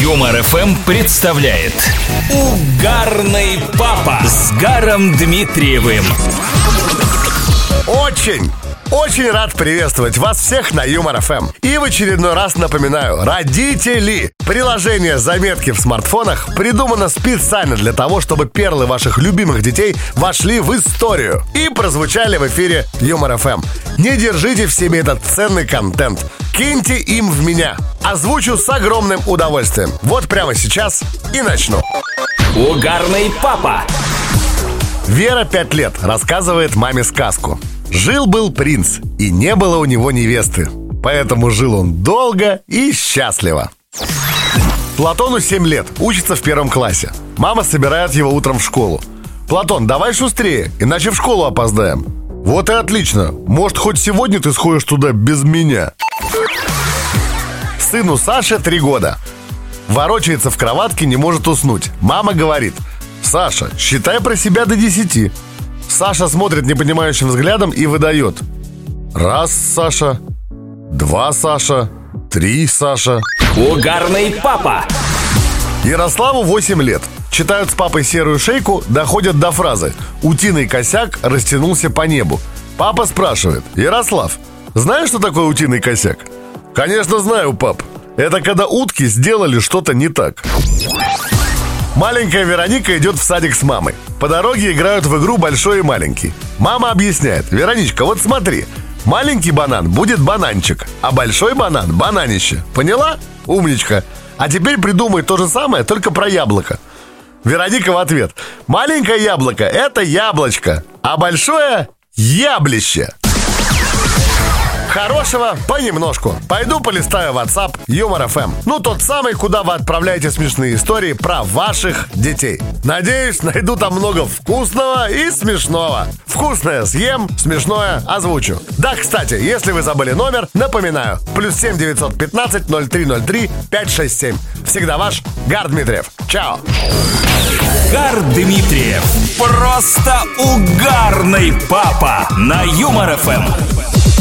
Юмор ФМ представляет Угарный папа с Гаром Дмитриевым. Очень рад приветствовать вас всех на Юмор ФМ. И в очередной раз напоминаю, родители, приложение «Заметки» в смартфонах придумано специально для того, чтобы перлы ваших любимых детей вошли в историю и прозвучали в эфире Юмор ФМ. Не держите в себе этот ценный контент. Киньте им в меня. Озвучу с огромным удовольствием. Вот прямо сейчас и начну. Угарный папа. Вера 5 лет рассказывает маме сказку. Жил-был принц, и не было у него невесты. Поэтому жил он долго и счастливо. Платону 7 лет, учится в 1 классе. Мама собирает его утром в школу. «Платон, давай шустрее, иначе в школу опоздаем». «Вот и отлично. Может, хоть сегодня ты сходишь туда без меня?» Сыну Саше 3 года. Ворочается в кроватке, не может уснуть. Мама говорит: «Саша, считай про себя до 10». Саша смотрит непонимающим взглядом и выдает: 1, Саша, 2, Саша, 3, Саша. Угарный папа. Ярославу 8 лет. Читают с папой «Серую шейку», доходят до фразы: «Утиный косяк растянулся по небу». Папа спрашивает: «Ярослав, знаешь, что такое утиный косяк?» «Конечно знаю, пап. Это когда утки сделали что-то не так». Маленькая Вероника идет в садик с мамой. По дороге играют в игру «Большой и маленький». Мама объясняет: «Вероничка, вот смотри, маленький банан будет бананчик, а большой банан – бананище. Поняла? Умничка. А теперь придумай то же самое, только про яблоко». Вероника в ответ: «Маленькое яблоко – это яблочко, а большое – яблище». Хорошего понемножку. Пойду полистаю WhatsApp Юмор ФМ. Ну, тот самый, куда вы отправляете смешные истории про ваших детей. Надеюсь, найду там много вкусного и смешного. Вкусное съем, смешное озвучу. Да, кстати, если вы забыли номер, напоминаю: +7 915 0303 567. Всегда ваш Гар Дмитриев. Чао. Гар Дмитриев. Просто угарный папа на Юмор ФМ.